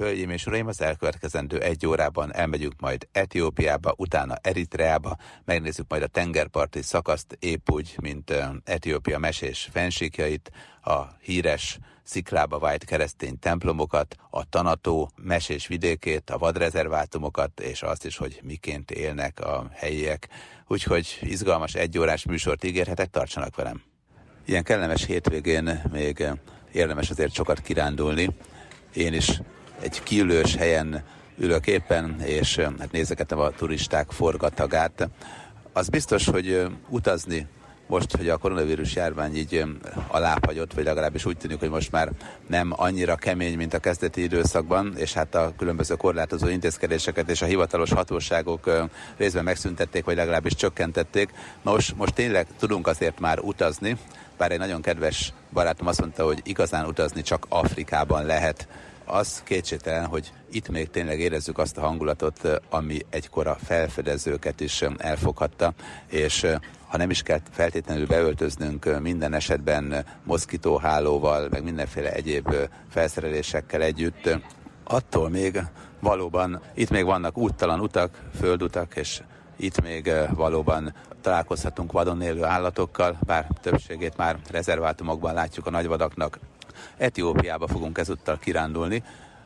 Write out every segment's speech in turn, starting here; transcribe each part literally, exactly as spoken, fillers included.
Hölgyeim és uraim, az elkövetkezendő egy órában elmegyünk majd Etiópiába, utána Eritreába, megnézzük majd a tengerparti szakaszt, épp úgy, mint Etiópia mesés fennsíkjait, a híres sziklába vájt keresztény templomokat, a Tanató mesés vidékét, a vadrezervátumokat, és azt is, hogy miként élnek a helyiek. Úgyhogy izgalmas egyórás műsort ígérhetek, tartsanak velem! Ilyen kellemes hétvégén még érdemes azért sokat kirándulni. Én is egy kiülős helyen ülök éppen, és hát nézegetem a turisták forgatagát. Az biztos, hogy utazni most, hogy a koronavírus járvány így alábbhagyott, vagy legalábbis úgy tűnik, hogy most már nem annyira kemény, mint a kezdeti időszakban, és hát a különböző korlátozó intézkedéseket és a hivatalos hatóságok részben megszüntették, vagy legalábbis csökkentették. Nos, most tényleg tudunk azért már utazni, bár egy nagyon kedves barátom azt mondta, hogy igazán utazni csak Afrikában lehet. Az kétségtelen, hogy itt még tényleg érezzük azt a hangulatot, ami egykor a felfedezőket is elfoghatta, és ha nem is kell feltétlenül beöltöznünk minden esetben moszkitóhálóval, meg mindenféle egyéb felszerelésekkel együtt, attól még valóban itt még vannak úttalan utak, földutak, és itt még valóban találkozhatunk vadon élő állatokkal, bár többségét már rezervátumokban látjuk a nagyvadaknak. Etiópiába fogunk ezúttal kirándulni.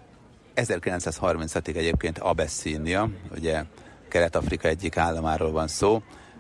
ezerkilencszázharminchatig egyébként Abeszínia, ugye Kelet-Afrika egyik államáról van szó,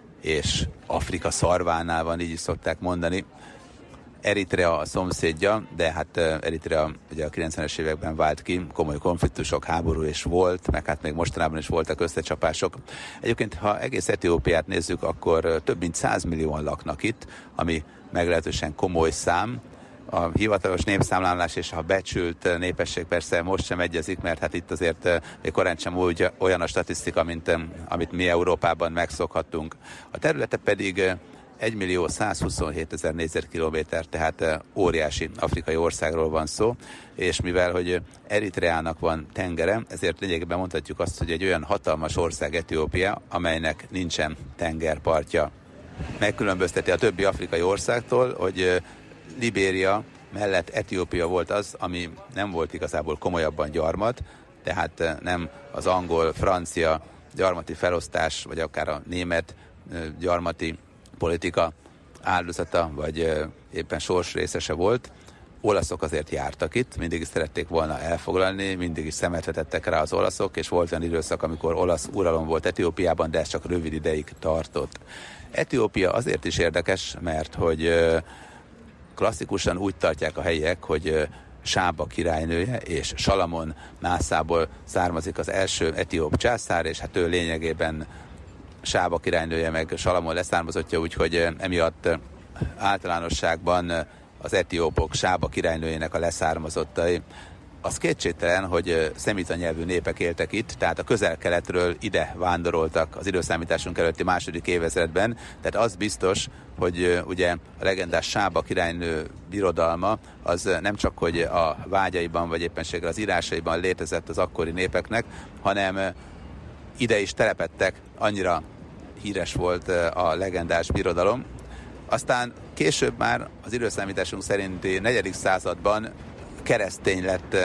és Afrika szarvánál van, így is szokták mondani. Eritrea a szomszédja, de hát Eritrea ugye a kilencvenes években vált ki, komoly konfliktusok, háború is volt, meg hát még mostanában is voltak összecsapások. Egyébként, ha egész Etiópiát nézzük, akkor több mint száz millióan laknak itt, ami meglehetősen komoly szám. A hivatalos népszámlálás és a becsült népesség persze most sem egyezik, mert hát itt azért még korán sem úgy olyan a statisztika, mint amit mi Európában megszokhattunk. A területe pedig egymillió százhuszonhétezer négyzetkilométer, tehát óriási afrikai országról van szó, és mivel, hogy Eritreának van tengere, ezért lényegében mondhatjuk azt, hogy egy olyan hatalmas ország Etiópia, amelynek nincsen tengerpartja. Megkülönbözteti a többi afrikai országtól, hogy Libéria mellett Etiópia volt az, ami nem volt igazából komolyabban gyarmat, tehát nem az angol, francia gyarmati felosztás, vagy akár a német gyarmati politika áldozata, vagy éppen sors részese volt. Olaszok azért jártak itt, mindig is szerették volna elfoglalni, mindig is szemet vetettek rá az olaszok, és volt olyan időszak, amikor olasz uralom volt Etiópiában, de ez csak rövid ideig tartott. Etiópia azért is érdekes, mert hogy klasszikusan úgy tartják a helyiek, hogy Sába királynője és Salamon nászából származik az első etióp császár, és hát ő lényegében Sába királynője meg Salamon leszármazottja, úgyhogy emiatt általánosságban az etiópok Sába királynőjének a leszármazottai. Az kétségtelen, hogy szemita nyelvű népek éltek itt, tehát a közel-keletről ide vándoroltak az időszámításunk előtti második évezredben, tehát az biztos, hogy ugye a legendás Sába királynő birodalma az nem csak, hogy a vágyaiban, vagy éppenséggel az írásaiban létezett az akkori népeknek, hanem ide is telepedtek, annyira híres volt a legendás birodalom. Aztán később már az időszámításunk szerinti negyedik században keresztény lett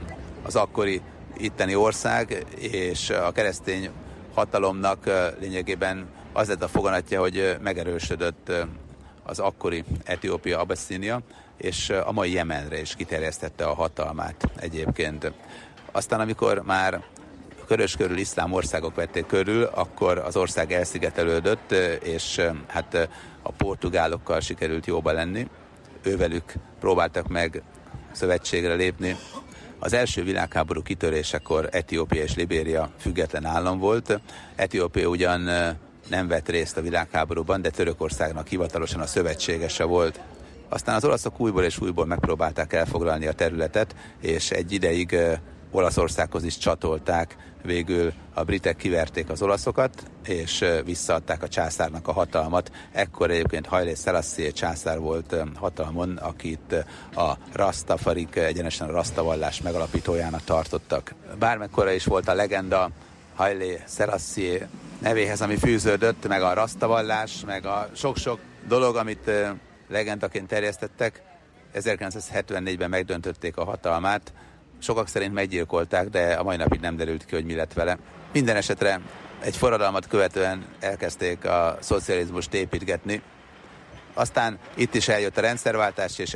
az akkori itteni ország, és a keresztény hatalomnak lényegében az lett a foganatja, hogy megerősödött az akkori Etiópia, Abeszínia, és a mai Jemenre is kiterjesztette a hatalmát egyébként. Aztán, amikor már körös körül iszlám országok vették körül, akkor az ország elszigetelődött, és hát a portugálokkal sikerült jóba lenni. Ővelük próbáltak meg szövetségre lépni. Az első világháború kitörésekor Etiópia és Libéria független állam volt. Etiópia ugyan nem vett részt a világháborúban, de Törökországnak hivatalosan a szövetségese volt. Aztán az olaszok újból és újból megpróbálták elfoglalni a területet, és egy ideig Olaszországhoz is csatolták, végül a britek kiverték az olaszokat, és visszaadták a császárnak a hatalmat. Ekkor egyébként Hailé Szelasszé császár volt hatalmon, akit a Rastafarik, egyenesen a Rastavallás megalapítójának tartottak. Bármekkora is volt a legenda Hailé Szelasszé nevéhez, ami fűződött, meg a Rastavallás, meg a sok-sok dolog, amit legendaként terjesztettek, ezerkilencszázhetvennégyben megdöntötték a hatalmát, sokak szerint meggyilkolták, de a mai napig nem derült ki, hogy mi lett vele. Minden esetre egy forradalmat követően elkezdték a szocializmust építgetni. Aztán itt is eljött a rendszerváltás, és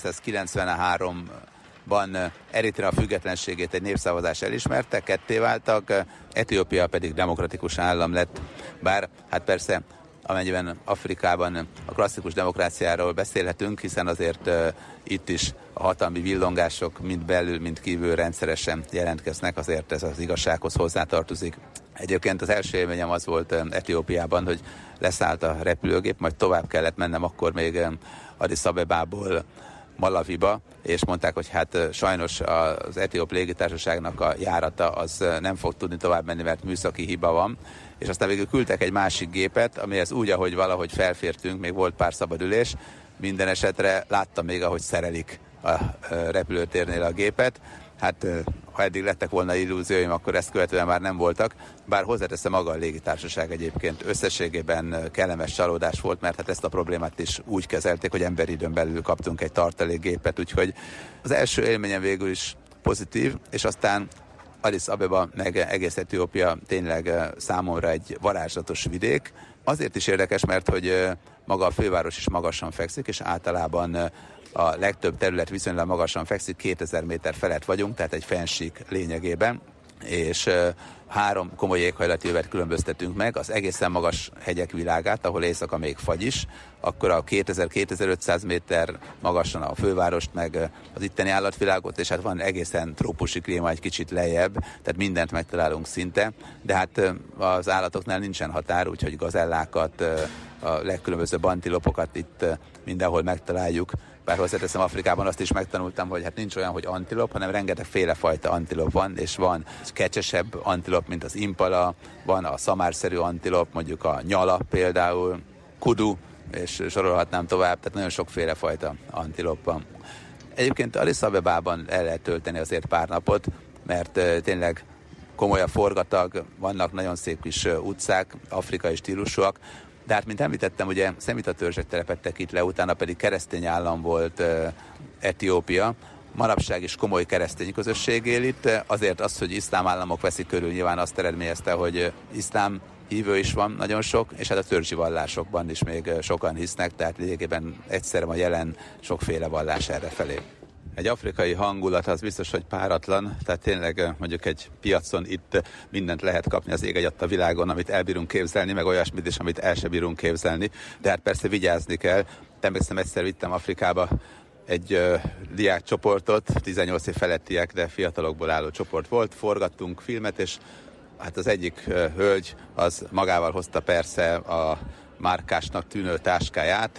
ezerkilencszázkilencvenháromban Eritrea függetlenségét egy népszavazás elismerte, ketté váltak, Etiópia pedig demokratikus állam lett. Bár hát persze, amennyiben Afrikában a klasszikus demokráciáról beszélhetünk, hiszen azért uh, itt is a hatalmi villongások mind belül, mind kívül rendszeresen jelentkeznek, azért ez az igazsághoz hozzátartozik. Egyébként az első élményem az volt Etiópiában, hogy leszállt a repülőgép, majd tovább kellett mennem akkor még Addis Abebából Malawiba, és mondták, hogy hát sajnos az etióp légitársaságnak a járata az nem fog tudni tovább menni, mert műszaki hiba van, és aztán végül küldtek egy másik gépet, amihez úgy, ahogy valahogy felfértünk, még volt pár szabadülés, minden esetre láttam még, ahogy szerelik a repülőtérnél a gépet. Hát ha eddig lettek volna illúzióim, akkor ezt követően már nem voltak, bár hozzáteszem, maga a légitársaság egyébként összességében kellemes csalódás volt, mert hát ezt a problémát is úgy kezelték, hogy emberi időn belül kaptunk egy tartalékgépet, úgyhogy az első élményem végül is pozitív, és aztán Addis Abeba meg egész Etiópia tényleg számomra egy varázslatos vidék. Azért is érdekes, mert hogy maga a főváros is magasan fekszik, és általában a legtöbb terület viszonylag magasan fekszik, kétezer méter felett vagyunk, tehát egy fennsík lényegében, és három komoly éghajlati övet különböztetünk meg, az egészen magas hegyek világát, ahol éjszaka még fagy is, akkor a kétezer-kétezer-ötszáz méter magasan a fővárost, meg az itteni állatvilágot, és hát van egészen trópusi klíma egy kicsit lejjebb, tehát mindent megtalálunk szinte, de hát az állatoknál nincsen határ, úgyhogy gazellákat, a legkülönbözőbb antilopokat itt mindenhol megtaláljuk. Bár hozzáteszem, Afrikában azt is megtanultam, hogy hát nincs olyan, hogy antilop, hanem rengeteg félefajta antilop van, és van kecsesebb antilop, mint az impala, van a szamárszerű antilop, mondjuk a nyala például, kudu, és sorolhatnám tovább, tehát nagyon sokféle fajta antilop van. Egyébként Addis Abebában el lehet tölteni azért pár napot, mert tényleg komoly a forgatag, vannak nagyon szép kis utcák, afrikai stílusúak, de hát, mint említettem, ugye szemita törzsek telepedtek itt le, utána pedig keresztény állam volt uh, Etiópia. Manapság is komoly keresztény közösség él itt. Azért az, hogy iszlám államok veszik körül, nyilván azt eredményezte, hogy uh, iszlám hívő is van nagyon sok, és hát a törzsi vallásokban is még uh, sokan hisznek, tehát lényegében egyszerre van jelen sokféle vallás errefelé. Egy afrikai hangulat az biztos, hogy páratlan, tehát tényleg mondjuk egy piacon itt mindent lehet kapni az ég egyatt a világon, amit elbírunk képzelni, meg olyasmit is, amit el sem bírunk képzelni, de hát persze vigyázni kell. Emlékszem, egyszer vittem Afrikába egy uh, diákcsoportot, tizennyolc év felettiek, de fiatalokból álló csoport volt, forgattunk filmet, és hát az egyik uh, hölgy az magával hozta persze a márkásnak tűnő táskáját,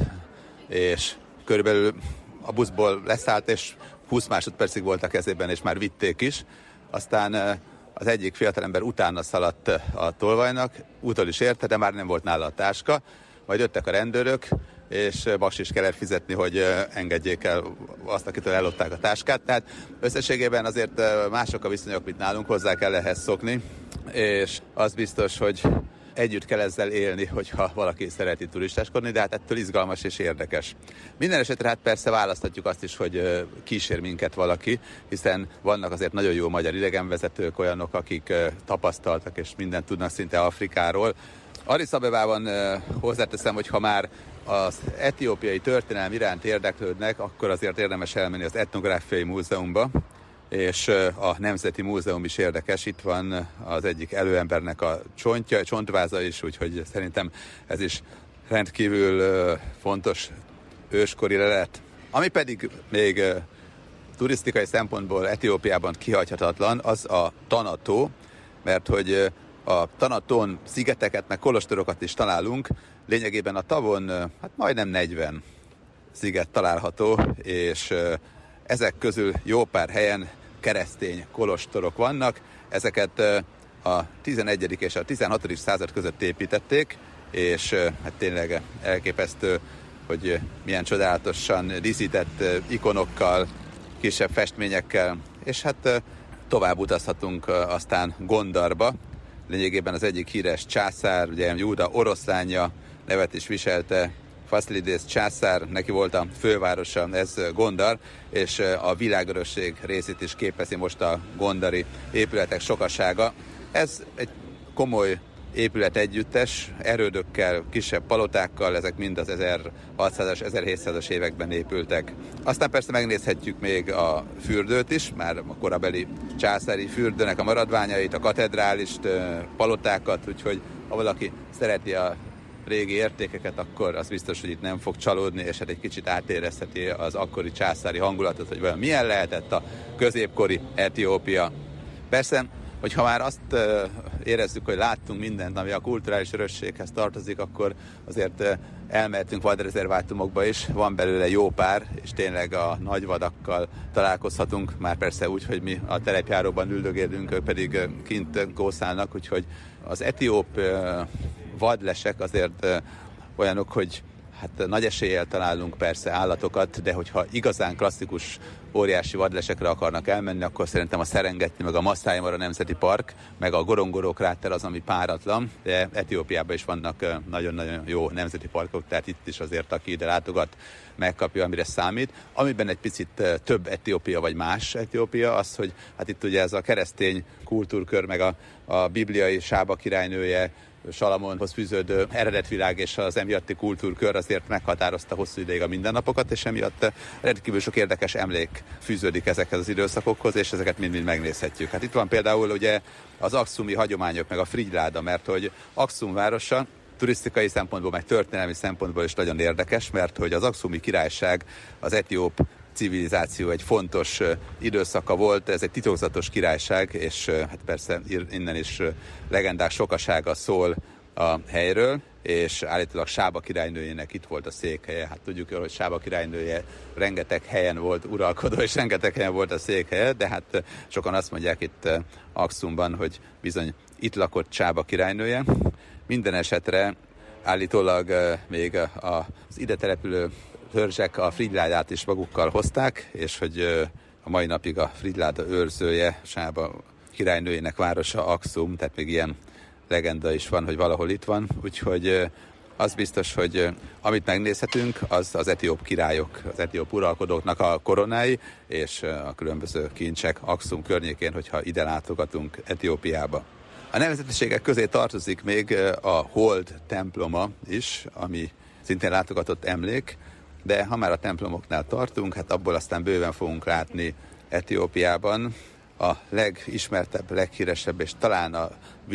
és körülbelül a buszból leszállt, és húsz másodpercig volt a kezében, és már vitték is. Aztán az egyik fiatalember utána szaladt a tolvajnak, útól is érte, de már nem volt nála a táska. Majd jöttek a rendőrök, és baksis kellett fizetni, hogy engedjék el azt, akitől ellopták a táskát. Tehát összességében azért mások a viszonyok, mint nálunk, hozzá kell ehhez szokni, és az biztos, hogy együtt kell ezzel élni, hogyha valaki szereti turistáskodni, de hát ettől izgalmas és érdekes. Minden esetre hát persze választhatjuk azt is, hogy kísér minket valaki, hiszen vannak azért nagyon jó magyar idegenvezetők, olyanok, akik tapasztaltak és mindent tudnak szinte Afrikáról. Addis Abebában hozzáteszem, hogy ha már az etiópiai történelem iránt érdeklődnek, akkor azért érdemes elmenni az Etnográfiai Múzeumba, és a Nemzeti Múzeum is érdekes. Itt van az egyik előembernek a csontja, csontváza is, úgyhogy szerintem ez is rendkívül fontos őskori lelet. Ami pedig még turisztikai szempontból Etiópiában kihagyhatatlan, az a Tana-tó, mert hogy a Tana-tón szigeteket, meg kolostorokat is találunk. Lényegében a tavon hát majdnem negyven sziget található, és ezek közül jó pár helyen keresztény kolostorok vannak. Ezeket a tizenegyedik és a tizenhatodik század között építették, és hát tényleg elképesztő, hogy milyen csodálatosan díszített ikonokkal, kisebb festményekkel, és hát tovább utazhatunk aztán Gondarba. Lényegében az egyik híres császár, ugye Júda oroszlánja nevet is viselte, Fasilides császár, neki volt a fővárosa, ez Gondar, és a világörökség részét is képezi most a gondari épületek sokasága. Ez egy komoly épület együttes, erődökkel, kisebb palotákkal, ezek mind az ezerhatszázas, ezerhétszázas években épültek. Aztán persze megnézhetjük még a fürdőt is, már a korabeli császári fürdőnek a maradványait, a katedrálist, palotákat, úgyhogy ha valaki szereti a régi értékeket, akkor az biztos, hogy itt nem fog csalódni, és hát egy kicsit átérezheti az akkori császári hangulatot, hogy vajon milyen lehetett a középkori Etiópia. Persze, hogyha már azt érezzük, hogy láttunk mindent, ami a kulturális örökséghez tartozik, akkor azért elmehetünk vadrezervátumokba is, van belőle jó pár, és tényleg a nagyvadakkal találkozhatunk, már persze úgy, hogy mi a terepjáróban üldögélünk, ők pedig kint kószálnak, úgyhogy az etióp vadlesek azért olyanok, hogy hát nagy eséllyel találunk persze állatokat, de hogyha igazán klasszikus óriási vadlesekre akarnak elmenni, akkor szerintem a Szerengeti, meg a Masai Mara Nemzeti Park, meg a Gorongoro kráter az, ami páratlan, de Etiópiában is vannak nagyon-nagyon jó nemzeti parkok, tehát itt is azért, aki ide látogat, megkapja, amire számít. Amiben egy picit több Etiópia, vagy más Etiópia, az, hogy hát itt ugye ez a keresztény kultúrkör, meg a, a bibliai Sába királynője, Salamonhoz fűződő eredetvilág és az emiatti kultúrkör azért meghatározta hosszú ideig a mindennapokat, és emiatt rendkívül sok érdekes emlék fűződik ezekhez az időszakokhoz, és ezeket mind-mind megnézhetjük. Hát itt van például ugye az akszumi hagyományok, meg a frigyláda, mert hogy Akszum városa turisztikai szempontból, meg történelmi szempontból is nagyon érdekes, mert hogy az akszumi királyság az etióp civilizáció egy fontos időszaka volt, ez egy titokzatos királyság, és hát persze innen is legendák sokasága szól a helyről, és állítólag Sába királynőjének itt volt a székhelye. Hát tudjuk jól, hogy Sába királynője rengeteg helyen volt uralkodó, és rengeteg helyen volt a székhelye, de hát sokan azt mondják itt Akszumban, hogy bizony itt lakott Sába királynője. Minden esetre állítólag még az ide települő törzsek a frigyládát is magukkal hozták, és hogy a mai napig a frigyláda őrzője, Sába királynőjének városa Akszum, tehát még ilyen legenda is van, hogy valahol itt van, úgyhogy az biztos, hogy amit megnézhetünk, az az etióp királyok, az etióp uralkodóknak a koronái, és a különböző kincsek Akszum környékén, hogyha ide látogatunk Etiópiába. A nemzetiségek közé tartozik még a Hold temploma is, ami szintén látogatott emlék, de ha már a templomoknál tartunk, hát abból aztán bőven fogunk látni Etiópiában. A legismertebb, leghíresebb, és talán a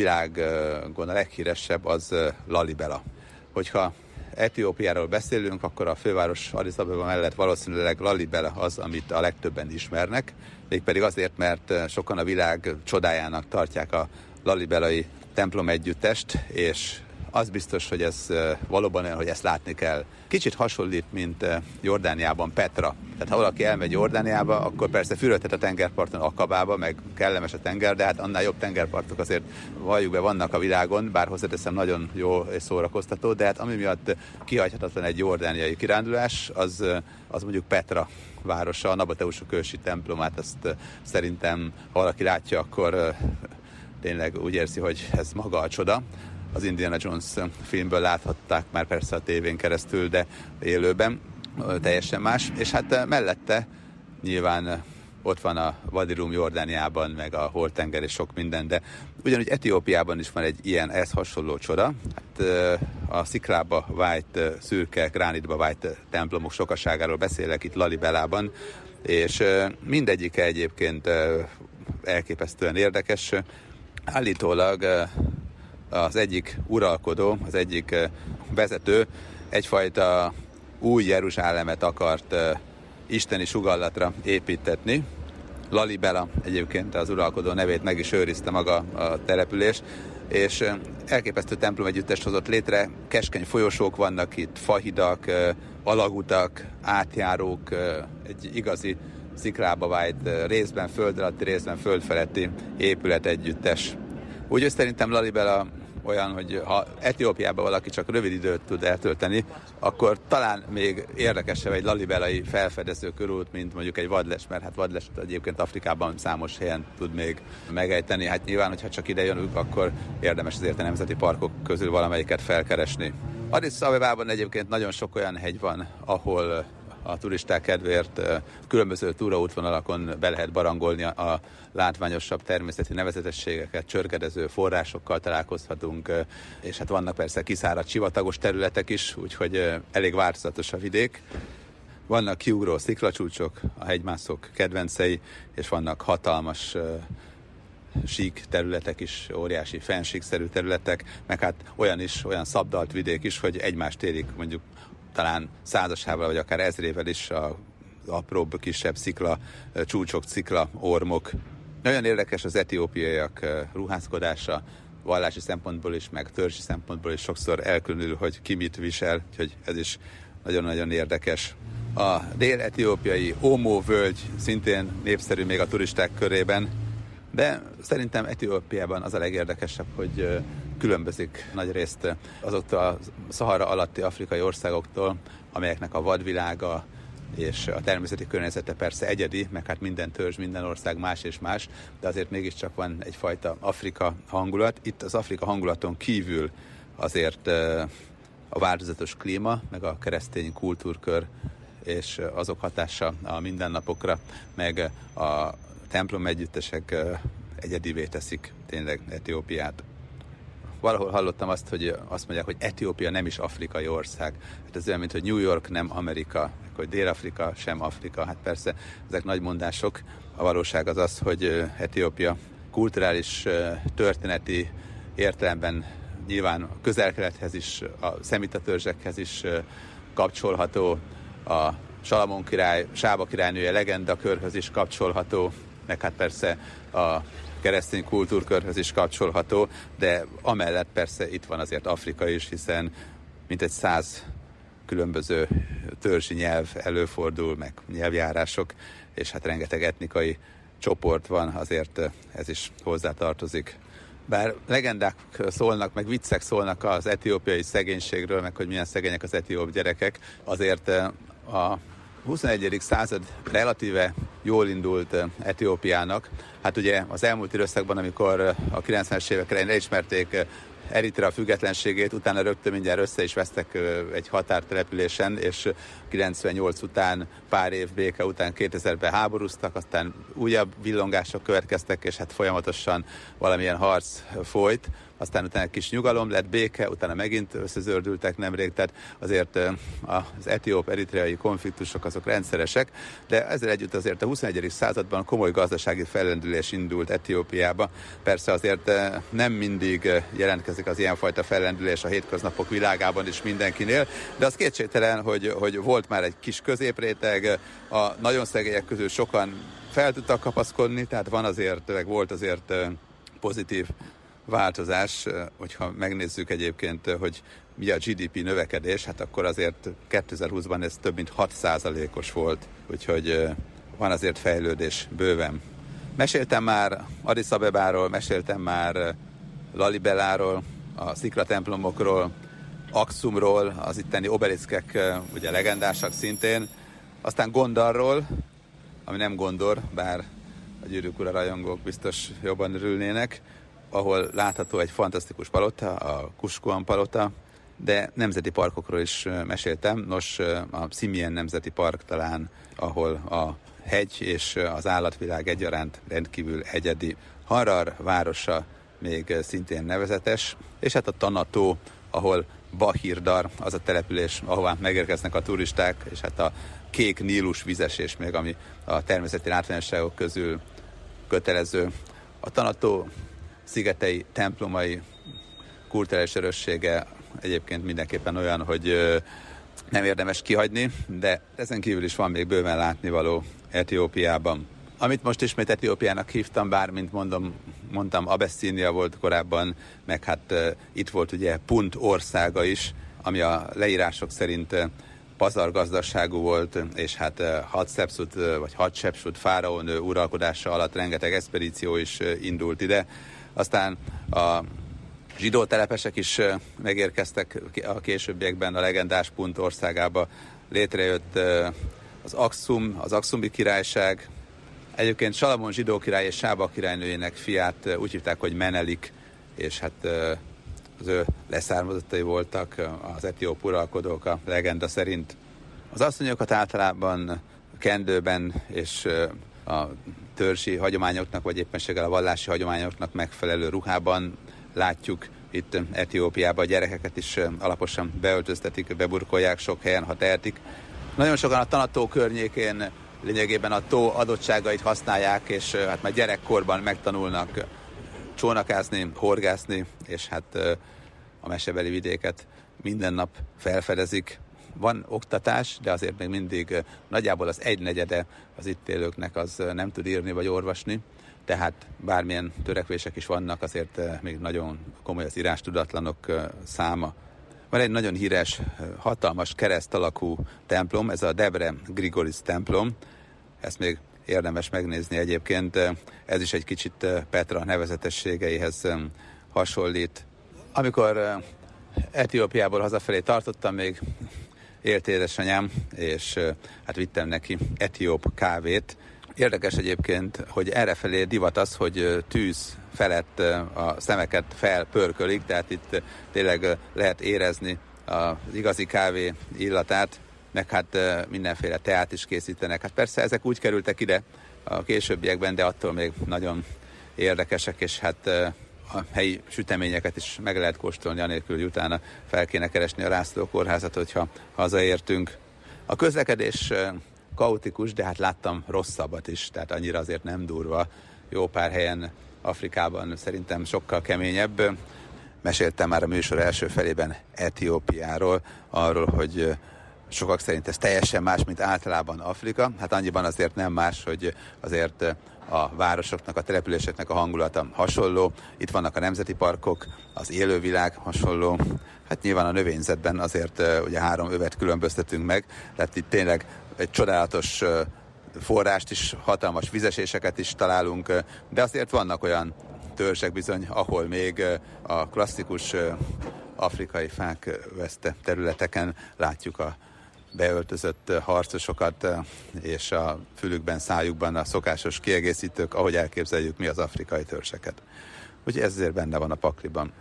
világon a leghíresebb az Lalibela. Hogyha Etiópiáról beszélünk, akkor a főváros Addis Abeba mellett valószínűleg Lalibela az, amit a legtöbben ismernek, mégpedig azért, mert sokan a világ csodájának tartják a lalibelai templom együttest, és az biztos, hogy ez valóban olyan, hogy ezt látni kell. Kicsit hasonlít, mint Jordániában Petra. Tehát ha valaki elmegy Jordániába, akkor persze fürödhet a tengerparton Akabába, meg kellemes a tenger, de hát annál jobb tengerpartok azért valljuk be vannak a világon, bár hozzáteszem nagyon jó és szórakoztató, de hát ami miatt kihagyhatatlan egy jordániai kirándulás, az, az mondjuk Petra városa, a Nabateusok ősi templomát, azt szerintem ha valaki látja, akkor tényleg úgy érzi, hogy ez maga a csoda. Az Indiana Jones filmből láthatták már persze a tévén keresztül, de élőben teljesen más. És hát mellette nyilván ott van a Wadi Rum Jordániában, meg a Holtenger és sok minden, de ugyanúgy Etiópiában is van egy ilyen ehhez hasonló csoda. Hát a sziklába vájt, szürke, gránitba vájt templomok sokaságáról beszélek itt Lalibelában, és mindegyike egyébként elképesztően érdekes. Állítólag az egyik uralkodó, az egyik vezető egyfajta új Jeruzsálemet akart isteni sugallatra építetni. Lalibela egyébként az uralkodó nevét meg is őrizte maga a település, és elképesztő templom együttest hozott létre, keskeny folyosók vannak itt, fahidak, alagutak, átjárók, egy igazi sziklába vájt, részben föld alatti, részben föld feletti épület együttes. Úgyhogy szerintem Lalibela olyan, hogy ha Etiópiában valaki csak rövid időt tud eltölteni, akkor talán még érdekesebb egy lalibelai felfedező körút, mint mondjuk egy vadles, mert hát vadles egyébként Afrikában számos helyen tud még megejteni. Hát nyilván, hogyha csak ide jönünk, akkor érdemes azért a nemzeti parkok közül valamelyiket felkeresni. Addis Abebában egyébként nagyon sok olyan hegy van, ahol a turisták kedvéért különböző túraútvonalakon be lehet barangolni a látványosabb természeti nevezetességeket, csörgedező forrásokkal találkozhatunk, és hát vannak persze kiszáradt sivatagos területek is, úgyhogy elég változatos a vidék. Vannak kiugró sziklacsúcsok, a hegymászók kedvencei, és vannak hatalmas sík területek is, óriási fensíkszerű területek, meg hát olyan is, olyan szabdalt vidék is, hogy egymást érik mondjuk talán százasával, vagy akár ezrével is az apróbb, kisebb szikla, csúcsok, szikla, ormok. Nagyon érdekes az etiópiaiak ruházkodása, vallási szempontból is, meg törzsi szempontból is sokszor elkülönül, hogy ki mit visel, úgyhogy ez is nagyon-nagyon érdekes. A dél-etiópiai Omo völgy szintén népszerű még a turisták körében, de szerintem Etiópiában az a legérdekesebb, hogy különbözik nagyrészt azoktól a Szahara alatti afrikai országoktól, amelyeknek a vadvilága és a természeti környezete persze egyedi, meg hát minden törzs, minden ország más és más, de azért mégiscsak van egyfajta Afrika hangulat. Itt az Afrika hangulaton kívül azért a változatos klíma, meg a keresztény kultúrkör és azok hatása a mindennapokra, meg a templom együttesek egyedivé teszik tényleg Etiópiát. Valahol hallottam azt, hogy azt mondják, hogy Etiópia nem is afrikai ország. Hát ez olyan, mint hogy New York nem Amerika, hogy Dél-Afrika sem Afrika. Hát persze ezek nagy mondások. A valóság az az, hogy Etiópia kulturális, történeti értelemben nyilván a közel-kelethez is, a szemita törzsekhez is kapcsolható, a Salamon király, Sába királynője legendakörhöz is kapcsolható, meg hát persze a keresztény kultúrkörhöz is kapcsolható, de amellett persze itt van azért Afrika is, hiszen mintegy száz különböző törzsi nyelv előfordul, meg nyelvjárások, és hát rengeteg etnikai csoport van, azért ez is hozzátartozik. Bár legendák szólnak, meg viccek szólnak az etiópiai szegénységről, meg hogy milyen szegények az etióp gyerekek, azért a huszonegyedik század relatíve jól indult Etiópiának. Hát ugye az elmúlt időszakban, amikor a kilencvenes évek elején elismerték Eritrea függetlenségét, utána rögtön mindjárt össze is vesztek egy határtelepülésen, és kilencvennyolc után, pár év béke után kétezerben háborúztak, aztán újabb villongások következtek, és hát folyamatosan valamilyen harc folyt. Aztán utána kis nyugalom lett, béke, utána megint összezördültek nemrég, tehát azért az etióp-eritreai konfliktusok azok rendszeresek, de ezzel együtt azért a huszonegyedik században komoly gazdasági fellendülés indult Etiópiába. Persze azért nem mindig jelentkezik az ilyenfajta fellendülés a hétköznapok világában is mindenkinél, de az kétségtelen, hogy, hogy volt már egy kis középréteg, a nagyon szegények közül sokan fel tudtak kapaszkodni, tehát van azért, meg volt azért pozitív változás, hogyha megnézzük egyébként, hogy mi a gé dé pé növekedés, hát akkor azért kétezer-húszban ez több mint hat százalékos volt, úgyhogy van azért fejlődés bőven. Meséltem már Addis Abebáról, meséltem már Lalibeláról, a sziklatemplomokról, Akszumról, az itteni obeliszkek ugye legendásak szintén, aztán Gondarról, ami nem Gondor, bár a Gyűrűk ura rajongók biztos jobban örülnének, ahol látható egy fantasztikus palota, a Kuskoan palota, de nemzeti parkokról is meséltem. Nos, a Simien Nemzeti Park talán, ahol a hegy és az állatvilág egyaránt rendkívül egyedi. Harar városa még szintén nevezetes, és hát a Tana-tó, ahol Bahirdar, az a település, ahová megérkeznek a turisták, és hát a kék Nílus vízesés még, ami a természeti látványosságok közül kötelező. A Tana-tó szigetei, templomai, kulturális öröksége egyébként mindenképpen olyan, hogy nem érdemes kihagyni, de ezen kívül is van még bőven látnivaló Etiópiában. Amit most ismét Etiópiának hívtam, bár, mint mondom, mondtam, Abeszínia volt korábban, meg hát uh, itt volt ugye Punt országa is, ami a leírások szerint uh, pazargazdaságú volt, és hát uh, Hatshepsut, uh, vagy Hatshepsut fáraónő uralkodása alatt rengeteg expedíció is uh, indult ide. Aztán a zsidó telepesek is uh, megérkeztek a későbbiekben a legendás Punt országába. Létrejött uh, az Akszum, az Akszumi királyság. Egyébként Salamon zsidó király és Sába királynőjének fiát úgy hívták, hogy Menelik, és hát az ő leszármazottai voltak, az etióp uralkodók a legenda szerint. Az asszonyokat általában kendőben és a törzsi hagyományoknak, vagy éppenséggel a vallási hagyományoknak megfelelő ruhában látjuk. Itt Etiópiában a gyerekeket is alaposan beöltöztetik, beburkolják sok helyen, ha tehetik. Nagyon sokan a Tana-tó környékén lényegében a tó adottságait használják, és hát már gyerekkorban megtanulnak csónakázni, horgászni, és hát a mesebeli vidéket minden nap felfedezik. Van oktatás, de azért még mindig nagyjából az egynegyede az itt élőknek az nem tud írni vagy olvasni, tehát bármilyen törekvések is vannak, azért még nagyon komoly az írástudatlanok száma. Van egy nagyon híres, hatalmas kereszt alakú templom, ez a Debre Grigoris templom, ezt még érdemes megnézni egyébként, ez is egy kicsit Petra nevezetességeihez hasonlít. Amikor Etiópiából hazafelé tartottam, még élt édesanyám, és hát vittem neki etióp kávét. Érdekes egyébként, hogy errefelé divat az, hogy tűz felett a szemeket felpörkölik, tehát itt tényleg lehet érezni az igazi kávé illatát, meg hát mindenféle teát is készítenek. Hát persze ezek úgy kerültek ide a későbbiekben, de attól még nagyon érdekesek, és hát a helyi süteményeket is meg lehet kóstolni, anélkül, hogy utána fel kéne keresni a László kórházat, hogyha hazaértünk. A közlekedés kaotikus, de hát láttam rosszabbat is, tehát annyira azért nem durva. Jó pár helyen Afrikában szerintem sokkal keményebb. Meséltem már a műsor első felében Etiópiáról, arról, hogy sokak szerint ez teljesen más, mint általában Afrika. Hát annyiban azért nem más, hogy azért a városoknak, a településeknek a hangulata hasonló. Itt vannak a nemzeti parkok, az élővilág hasonló. Hát nyilván a növényzetben azért ugye három övet különböztetünk meg, tehát itt tényleg egy csodálatos forrást is, hatalmas vizeséseket is találunk, de azért vannak olyan törzsek bizony, ahol még a klasszikus afrikai fák veszte területeken látjuk a beöltözött harcosokat, és a fülükben, szájukban a szokásos kiegészítők, ahogy elképzeljük mi az afrikai törzseket. Úgyhogy ez azért benne van a pakliban.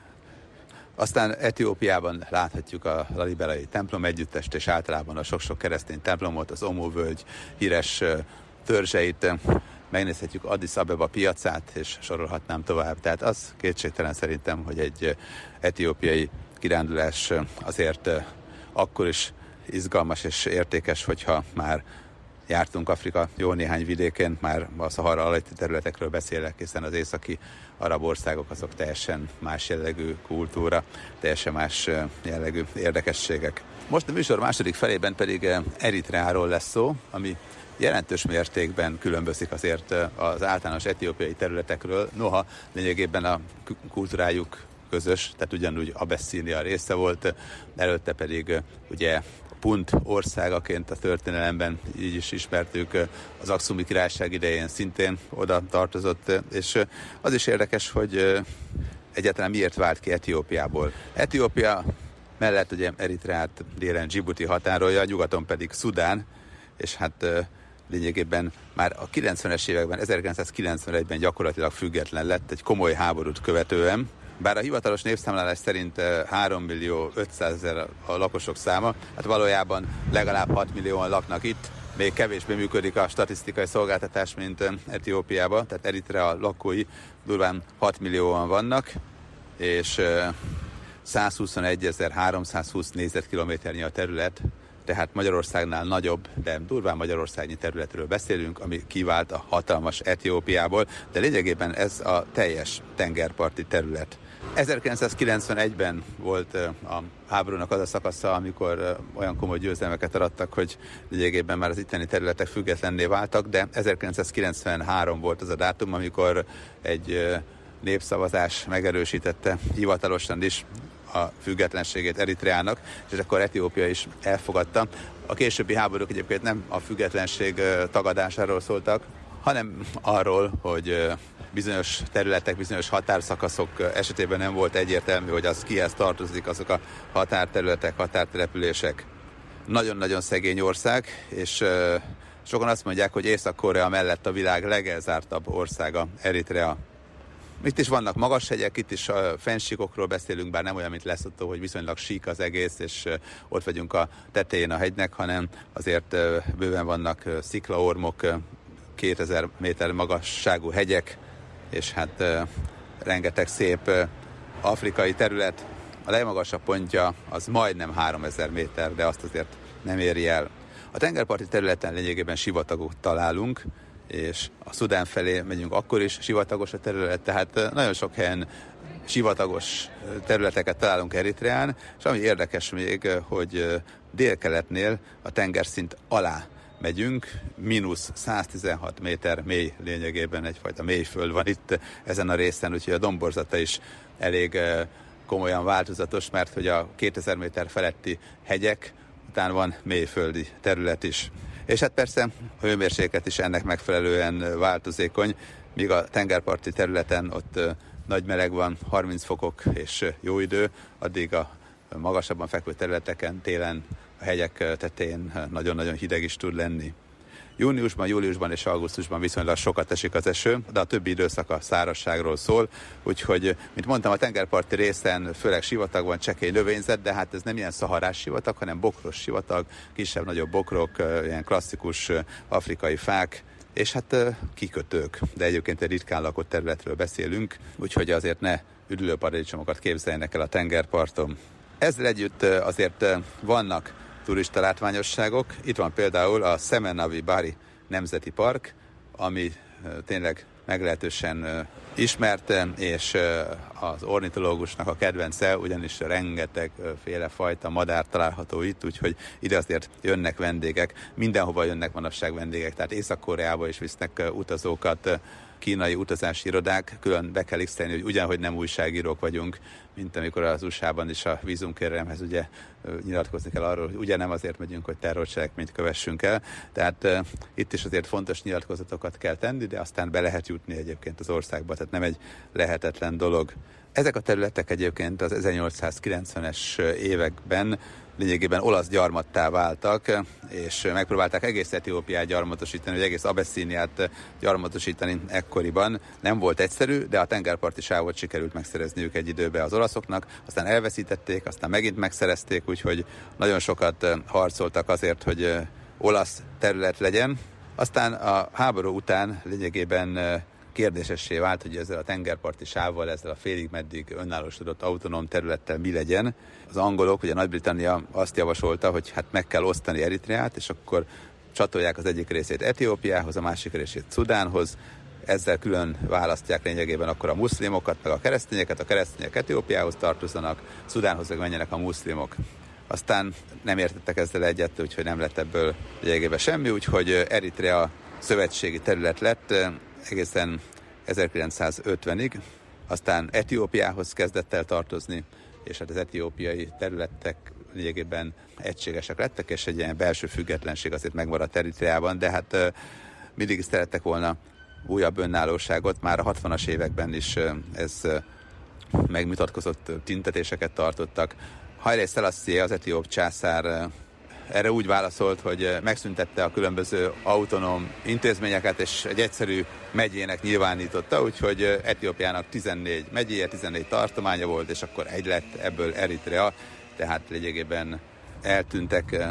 Aztán Etiópiában láthatjuk a lalibelai templom együttest, és általában a sok-sok keresztény templomot, az Omo-völgy híres törzseit, megnézhetjük Addis Abeba piacát, és sorolhatnám tovább. Tehát az kétségtelen szerintem, hogy egy etiópiai kirándulás azért akkor is izgalmas és értékes, hogyha már jártunk Afrika jó néhány vidékén, már a Szahara alatti területekről beszélek, hiszen az északi arab országok azok teljesen más jellegű kultúra, teljesen más jellegű érdekességek. Most a műsor második felében pedig Eritreáról lesz szó, ami jelentős mértékben különbözik azért az általános etiópiai területekről, noha lényegében a kultúrájuk közös, tehát ugyanúgy Abeszínia része volt, előtte pedig ugye Punt országaként a történelemben így is ismertük, az Akszumi Királyság idején szintén oda tartozott, és az is érdekes, hogy egyáltalán miért vált ki Etiópiából. Etiópia mellett ugye Eritreát délen Dzsibuti határolja, nyugaton pedig Szudán, és hát lényegében már a kilencvenes években, ezerkilencszázkilencvenegyben gyakorlatilag független lett egy komoly háborút követően. Bár a hivatalos népszámlálás szerint három millió ötszázezer a lakosok száma, hát valójában legalább hat millióan laknak itt, még kevésbé működik a statisztikai szolgáltatás, mint Etiópiában, tehát Eritrea lakói durván hat millióan vannak, és százhuszonegyezer-háromszázhúsz négyzetkilométernyi a terület, tehát Magyarországnál nagyobb, de durván magyarországnyi területről beszélünk, ami kivált a hatalmas Etiópiából, de lényegében ez a teljes tengerparti terület. ezerkilencszázkilencvenegyben volt a háborúnak az a szakasza, amikor olyan komoly győzelmeket arattak, hogy lényegében már az itteni területek függetlenné váltak, de ezerkilencszázkilencvenhárom volt az a dátum, amikor egy népszavazás megerősítette hivatalosan is a függetlenségét Eritreának, és akkor Etiópia is elfogadta. A későbbi háborúk egyébként nem a függetlenség tagadásáról szóltak, hanem arról, hogy bizonyos területek, bizonyos határszakaszok esetében nem volt egyértelmű, hogy az kihez tartozik, azok a határterületek, határtelepülések. Nagyon-nagyon szegény ország, és sokan azt mondják, hogy Észak-Korea mellett a világ legelzártabb országa Eritrea. Itt is vannak magas hegyek, itt is a fennsíkokról beszélünk, bár nem olyan, mint Lesotho, hogy viszonylag sík az egész, és ott vagyunk a tetején a hegynek, hanem azért bőven vannak sziklaormok, kétezer méter magasságú hegyek, és hát rengeteg szép afrikai terület. A legmagasabb pontja az majdnem háromezer méter, de azt azért nem éri el. A tengerparti területen lényegében sivatagot találunk, és a Szudán felé megyünk, akkor is sivatagos a terület, tehát nagyon sok helyen sivatagos területeket találunk Eritreán, és ami érdekes még, hogy délkeletnél a tengerszint alá megyünk, mínusz száztizenhat méter mély, lényegében egyfajta mélyföld van itt ezen a részen, úgyhogy a domborzata is elég komolyan változatos, mert hogy a kétezer méter feletti hegyek után van mélyföldi terület is. És hát persze a hőmérséklet is ennek megfelelően változékony, míg a tengerparti területen ott nagy meleg van, harminc fokok és jó idő, addig a magasabban fekvő területeken télen a hegyek tetején nagyon-nagyon hideg is tud lenni. Júniusban, júliusban és augusztusban viszonylag sokat esik az eső, de a többi időszak a szárazságról szól, úgyhogy, mint mondtam, a tengerparti részen főleg sivatag van, csekély növényzet, de hát ez nem ilyen szaharás sivatag, hanem bokros sivatag, kisebb-nagyobb bokrok, ilyen klasszikus afrikai fák, és hát kikötők, de egyébként egy ritkán lakott területről beszélünk, úgyhogy azért ne üdülőparadicsomokat képzeljenek el a tengerparton. Ezzel együtt azért vannak turista látványosságok. Itt van például a Semenavi Bari Nemzeti Park, ami tényleg meglehetősen ismert, és az ornitológusnak a kedvence, ugyanis rengeteg féle fajta madár található itt, úgyhogy ide azért jönnek vendégek, mindenhova jönnek manapság vendégek, tehát Észak-Koreába is visznek utazókat, kínai utazási irodák, külön be kell x-elni, hogy ugyanhogy nem újságírók vagyunk, mint amikor az u es á-ban is a vízumkérelmhez ugye nyilatkozni kell arról, hogy ugye nem azért megyünk, hogy terrorcselekményt kövessünk el, tehát uh, itt is azért fontos nyilatkozatokat kell tenni, de aztán be lehet jutni egyébként az országba, tehát nem egy lehetetlen dolog. Ezek a területek egyébként az ezernyolcszázkilencvenes években lényegében olasz gyarmattá váltak, és megpróbálták egész Etiópiát gyarmatosítani, vagy egész Abeszíniát gyarmatosítani ekkoriban. Nem volt egyszerű, de a tengerparti sávot sikerült megszerezniük egy időben az olaszoknak, aztán elveszítették, aztán megint megszerezték, úgyhogy nagyon sokat harcoltak azért, hogy olasz terület legyen. Aztán a háború után lényegében kérdésessé vált, hogy ezzel a tengerparti sávval, ezzel a félig meddig önállósodott autonóm területtel mi legyen. Az angolok, ugye Nagy-Britannia azt javasolta, hogy hát meg kell osztani Eritreát, és akkor csatolják az egyik részét Etiópiához, a másik részét Szudánhoz. Ezzel külön választják lényegében akkor a muszlimokat, meg a keresztényeket, a keresztények Etiópiához tartozanak, Szudánhoz meg menjenek a muszlimok. Aztán nem értettek ezzel egyet, úgyhogy nem lett ebből lényegében semmi, úgyhogy Eritrea szövetségi terület lett egészen ezerkilencszázötvenig, aztán Etiópiához kezdett el tartozni, és hát az etiópiai területek lényegében egységesek lettek, és egy ilyen belső függetlenség azért megmaradt Eritreában, de hát uh, mindig is szerettek volna újabb önállóságot, már a hatvanas években is uh, ez uh, megmutatkozott, tüntetéseket tartottak. Haile Selassie, az etióp császár uh, erre úgy válaszolt, hogy megszüntette a különböző autonóm intézményeket, és egy egyszerű megyének nyilvánította, úgyhogy Etiópiának tizennégy megyéje, tizennégy tartománya volt, és akkor egy lett ebből Eritrea, tehát lényegében eltűntek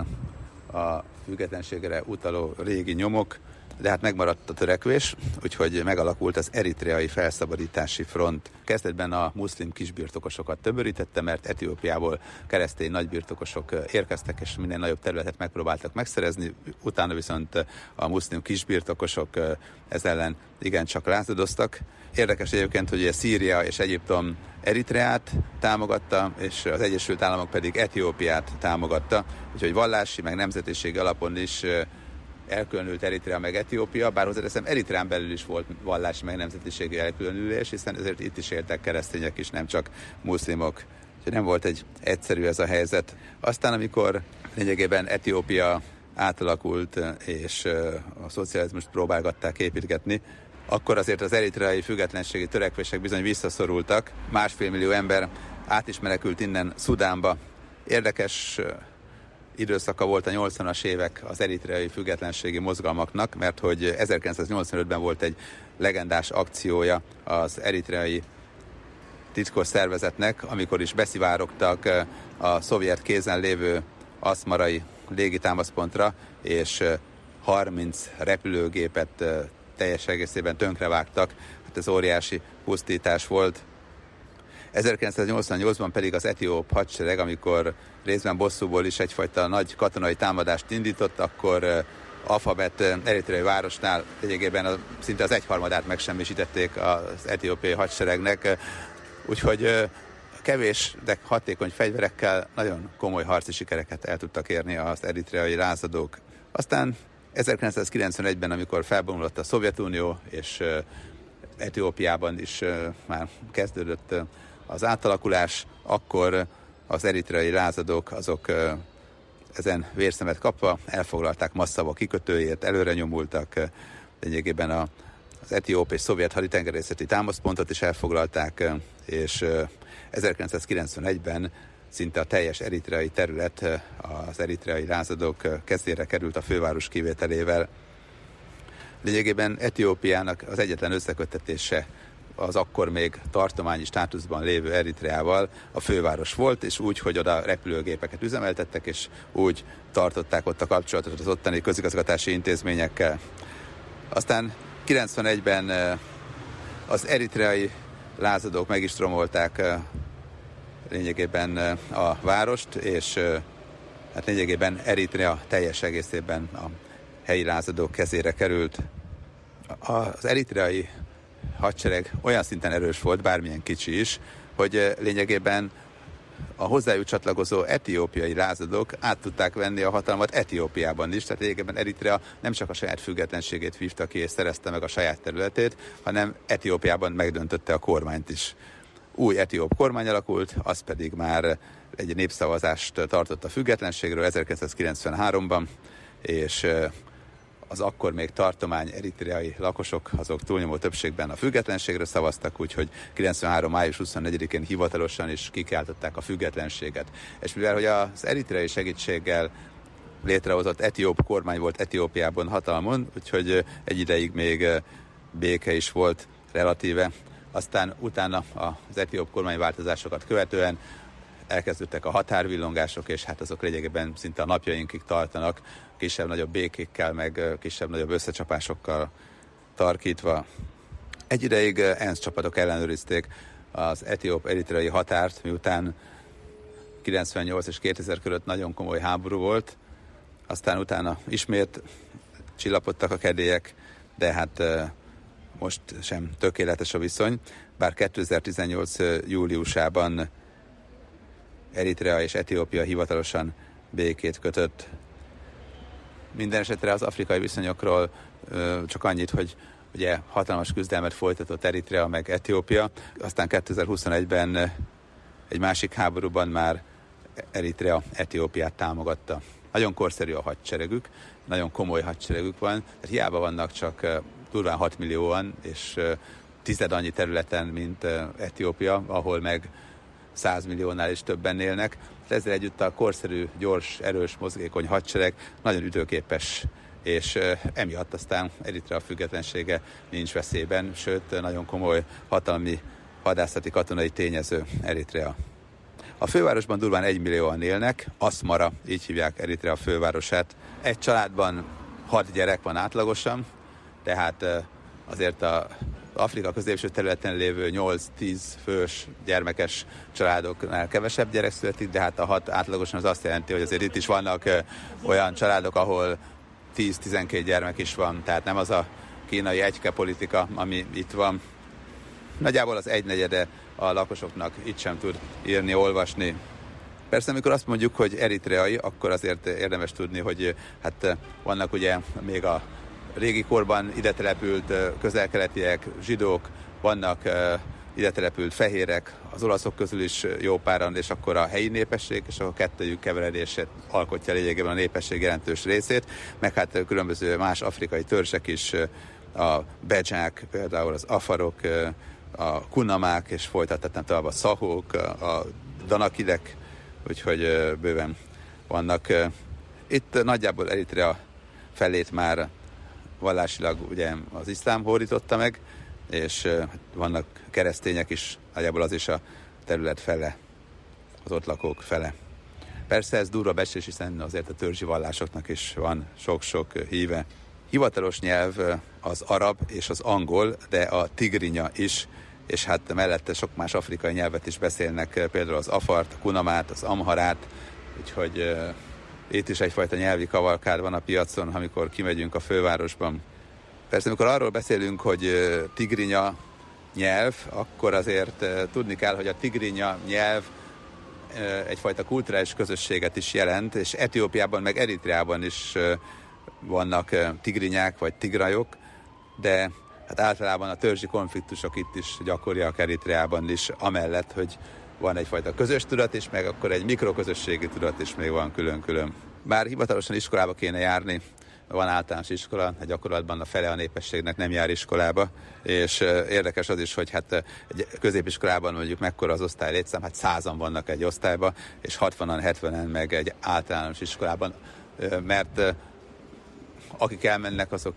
a függetlenségre utaló régi nyomok, de hát megmaradt a törekvés, úgyhogy megalakult az Eritreai Felszabadítási Front. Kezdetben a muszlim kisbirtokosokat tömörítette, mert Etiópiából keresztény nagybirtokosok érkeztek, és minél nagyobb területet megpróbáltak megszerezni, utána viszont a muszlim kisbirtokosok ez ellen igencsak lázadoztak. Érdekes egyébként, hogy Szíria és Egyiptom Eritreát támogatta, és az Egyesült Államok pedig Etiópiát támogatta, úgyhogy vallási, meg nemzetiségi alapon is elkülönült Eritrea meg Etiópia, bár hozzáteszem, Eritreán belül is volt vallási meg nemzetiségi elkülönülés, hiszen ezért itt is éltek keresztények is, nem csak muszlimok. Úgyhogy nem volt egy egyszerű ez a helyzet. Aztán, amikor lényegében Etiópia átalakult, és a szocializmust próbálgatták építgetni, akkor azért az eritreai függetlenségi törekvések bizony visszaszorultak. Másfél millió ember át is menekült innen Szudánba. Érdekes időszaka volt a nyolcvanas évek az eritreai függetlenségi mozgalmaknak, mert hogy ezerkilencszáznyolcvanötben volt egy legendás akciója az eritreai titkos szervezetnek, amikor is beszivárogtak a szovjet kézen lévő aszmarai légitámaszpontra, és harminc repülőgépet teljes egészében tönkrevágtak. Hát ez óriási pusztítás volt. ezerkilencszáznyolcvannyolcban pedig az etióp hadsereg, amikor részben bosszúból is egyfajta nagy katonai támadást indított, akkor Alfabet eritreai városnál lényegében a, szinte az egyharmadát megsemmisítették az etiópiai hadseregnek, úgyhogy kevés, de hatékony fegyverekkel nagyon komoly harci sikereket el tudtak érni az eritreai lázadók. Aztán ezerkilencszázkilencvenegyben, amikor felbomlott a Szovjetunió, és Etiópiában is már kezdődött az átalakulás, akkor az eritreai lázadók azok ezen vérszemet kapva elfoglalták Masszava kikötőjét, előre nyomultak, lényegében a, az etióp és szovjet haditengerészeti támaszpontot is elfoglalták, és ezerkilencszázkilencvenegyben szinte a teljes eritreai terület az eritreai lázadók kezére került a főváros kivételével. Lényegében Etiópiának az egyetlen összeköttetése az akkor még tartományi státuszban lévő Eritreával a főváros volt, és úgy, hogy oda repülőgépeket üzemeltettek, és úgy tartották ott a kapcsolatot az ottani közigazgatási intézményekkel. Aztán kilencvenegyben az eritreai lázadók meg is tromolták lényegében a várost, és hát lényegében Eritrea teljes egészében a helyi lázadók kezére került. Az eritreai hadsereg olyan szinten erős volt, bármilyen kicsi is, hogy lényegében a hozzájuk csatlakozó etiópiai lázadók át tudták venni a hatalmat Etiópiában is, tehát lényegében Eritrea nem csak a saját függetlenségét vívta ki és szerezte meg a saját területét, hanem Etiópiában megdöntötte a kormányt is. Új etióp kormány alakult, az pedig már egy népszavazást tartott a függetlenségről ezerkilencszázkilencvenháromban, és az akkor még tartomány eritreai lakosok azok túlnyomó többségben a függetlenségre szavaztak, úgyhogy kilencvenhárom május huszonnegyedikén hivatalosan is kikiáltották a függetlenséget. És mivel hogy az eritreai segítséggel létrehozott etióp kormány volt Etiópiában hatalmon, úgyhogy egy ideig még béke is volt relatíve. Aztán utána az etióp kormányváltozásokat követően elkezdődtek a határvillongások, és hát azok lényegében szinte a napjainkig tartanak, kisebb-nagyobb békékkel, meg kisebb-nagyobb összecsapásokkal tarkítva. Egy ideig ENSZ csapatok ellenőrizték az etióp-eritreai határt, miután kilencvennyolc és kétezer között nagyon komoly háború volt, aztán utána ismét csillapodtak a kedélyek, de hát most sem tökéletes a viszony, bár kétezer-tizennyolc júliusában Eritrea és Etiópia hivatalosan békét kötött. Minden esetre az afrikai viszonyokról csak annyit, hogy ugye hatalmas küzdelmet folytatott Eritrea meg Etiópia, aztán kétezer-huszonegyben egy másik háborúban már Eritrea Etiópiát támogatta. Nagyon korszerű a hadseregük, nagyon komoly hadseregük van, tehát hiába vannak csak durván hat millióan, és tized annyi területen, mint Etiópia, ahol meg száz milliónál is többen élnek. Ezzel együtt a korszerű, gyors, erős, mozgékony hadsereg nagyon ütőképes, és emiatt aztán Eritrea függetlensége nincs veszélyben, sőt, nagyon komoly hatalmi hadászati katonai tényező Eritrea. A fővárosban durván egymillióan élnek, Aszmara, így hívják Eritrea fővárosát. Egy családban hat gyerek van átlagosan, tehát azért a Afrika középső területen lévő nyolc-tíz fős gyermekes családoknál kevesebb gyerek születik, de hát a hat átlagosan az azt jelenti, hogy azért itt is vannak olyan családok, ahol tíz-tizenkét gyermek is van, tehát nem az a kínai egyke politika, ami itt van. Nagyjából az egynegyede a lakosoknak itt sem tud írni, olvasni. Persze, amikor azt mondjuk, hogy eritreai, akkor azért érdemes tudni, hogy hát vannak ugye még a régi korban ide települt közel-keletiek, zsidók, vannak ide települt fehérek, az olaszok közül is jó páran, és akkor a helyi népesség, és a kettőjük keveredését alkotja lényegében a népesség jelentős részét, meg hát különböző más afrikai törzsek is, a bedzsák, például az afarok, a kunamák, és folytathatnám tovább a szahók, a danakidek, úgyhogy bőven vannak Itt nagyjából Eritrea felét már vallásilag ugye az iszlám hódította meg, és vannak keresztények is, nagyjából az is a terület fele, az ott lakók fele. Persze ez durva becslés, hiszen azért a törzsi vallásoknak is van sok-sok híve. Hivatalos nyelv az arab és az angol, de a tigrinya is, és hát mellette sok más afrikai nyelvet is beszélnek, például az afart, a kunamát, az amharát, úgyhogy uh, itt is egyfajta nyelvi kavalkád van a piacon, amikor kimegyünk a fővárosban. Persze, amikor arról beszélünk, hogy uh, tigrinya nyelv, akkor azért uh, tudni kell, hogy a tigrinya nyelv uh, egyfajta kulturális közösséget is jelent, és Etiópiában meg Eritreában is uh, vannak uh, tigrinyák vagy tigrajok, de hát általában a törzsi konfliktusok itt is gyakoriak Eritreában is, amellett, hogy van egyfajta közös tudat is, meg akkor egy mikroközösségi tudat is még van külön-külön. Bár hivatalosan iskolába kéne járni, van általános iskola, gyakorlatban a fele a népességnek nem jár iskolába, és érdekes az is, hogy hát egy középiskolában mondjuk mekkora az osztály létszám, hát százan vannak egy osztályban, és hatvanan, hetvenen meg egy általános iskolában, mert akik elmennek, azok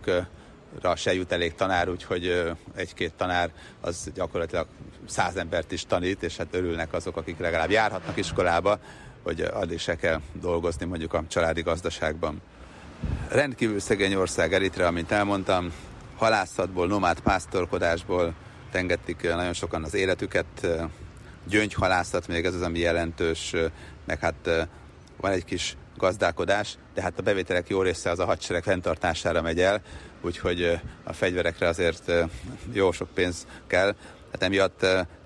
se jut elég tanár, úgyhogy egy-két tanár az gyakorlatilag száz embert is tanít, és hát örülnek azok, akik legalább járhatnak iskolába, hogy addig se kell dolgozni mondjuk a családi gazdaságban. Rendkívül szegény ország Eritrea, mint elmondtam, halászatból, nomád pásztorkodásból tengették nagyon sokan az életüket, gyöngyhalászat még ez az, ami jelentős, meg hát van egy kis gazdálkodás, de hát a bevételek jó része az a hadsereg fenntartására megy el, úgyhogy a fegyverekre azért jó sok pénz kell. Hát emiatt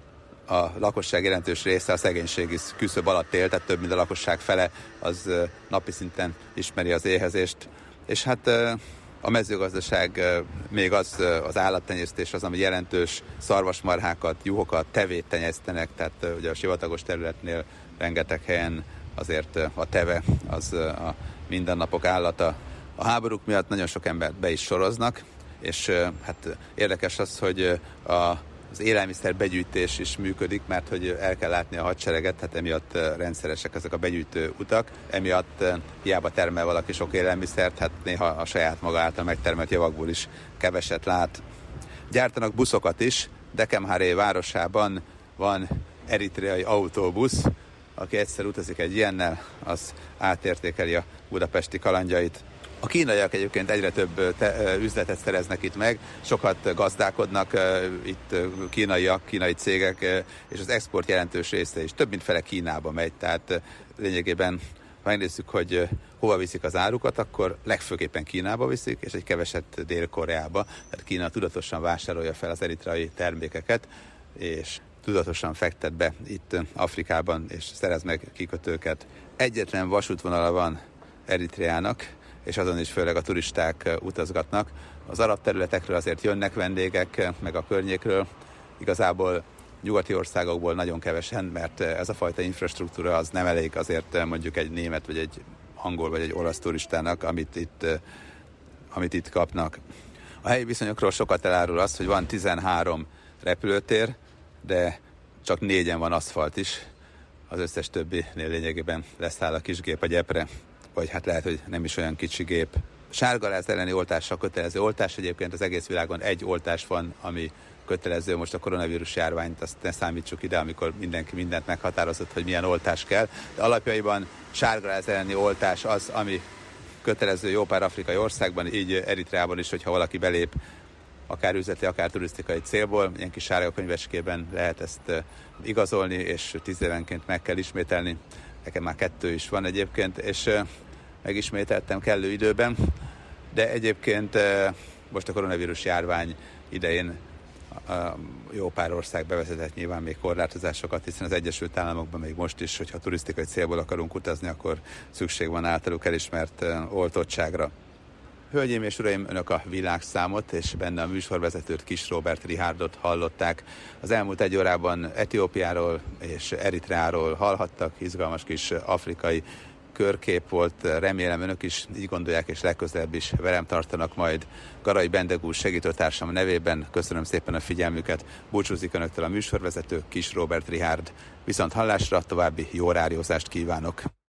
a lakosság jelentős része a szegénységi küszöb alatt él, tehát több mint a lakosság fele az napi szinten ismeri az éhezést. És hát a mezőgazdaság még az, az állattenyésztés az, ami jelentős, szarvasmarhákat, juhokat, tevét tenyésztenek, tehát ugye a sivatagos területnél rengeteg helyen azért a teve az a mindennapok állata. A háborúk miatt nagyon sok embert be is soroznak, és hát érdekes az, hogy a, az élelmiszer begyűjtés is működik, mert hogy el kell látni a hadsereget, hát emiatt rendszeresek ezek a begyűjtő utak, emiatt hiába termel valaki sok élelmiszert, hát néha a saját maga által megtermelt javakból is keveset lát. Gyártanak buszokat is, Dekemharé városában van eritreai autóbusz, aki egyszer utazik egy ilyennel, az átértékeli a budapesti kalandjait. A kínaiak egyébként egyre több te, üzletet szereznek itt meg, sokat gazdálkodnak itt kínaiak, kínai cégek, és az export jelentős része is több mint fele Kínába megy, tehát lényegében, ha megnézzük, hogy hova viszik az árukat, akkor legfőképpen Kínába viszik, és egy keveset Dél-Koreába, tehát Kína tudatosan vásárolja fel az eritreai termékeket, és tudatosan fektet be itt Afrikában, és szerez meg kikötőket. Egyetlen vasútvonala van Eritreának, és azon is főleg a turisták utazgatnak. Az arab területekről azért jönnek vendégek, meg a környékről. Igazából nyugati országokból nagyon kevesen, mert ez a fajta infrastruktúra az nem elég azért mondjuk egy német, vagy egy angol, vagy egy olasz turistának, amit itt, amit itt kapnak. A helyi viszonyokról sokat elárul az, hogy van tizenhárom repülőtér, de csak négyen van aszfalt is. Az összes többinél lényegében leszáll a kis gép a gyepre, vagy hát lehet, hogy nem is olyan kicsi gép. Sárgaláz elleni oltással kötelező oltás, egyébként az egész világon egy oltás van, ami kötelező, most a koronavírus járványt, azt ne számítsuk ide, amikor mindenki mindent meghatározott, hogy milyen oltás kell, de alapjaiban sárgaláz elleni oltás az, ami kötelező jó pár afrikai országban, így Eritreában is, hogyha valaki belép akár üzleti, akár turisztikai célból, ilyen kis sárga könyvecskében lehet ezt igazolni, és tíz évenként meg kell ismételni. Nekem már kettő is van egyébként, és megismételtem kellő időben, de egyébként most a koronavírus járvány idején jó pár ország bevezetett nyilván még korlátozásokat, hiszen az Egyesült Államokban még most is, hogyha turisztikai célból akarunk utazni, akkor szükség van általuk elismert oltottságra. Hölgyeim és uraim, önök a Világszámot és benne a műsorvezetőt, Kis Róbert Richárdot hallották. Az elmúlt egy órában Etiópiáról és Eritreáról hallhattak, izgalmas kis afrikai körkép volt, remélem önök is így gondolják, és legközelebb is velem tartanak majd. Garai Bendegúz segítőtársam nevében köszönöm szépen a figyelmüket, búcsúzik önöktől a műsorvezető, Kis Róbert Richárd. Viszont hallásra, további jó rádiózást kívánok!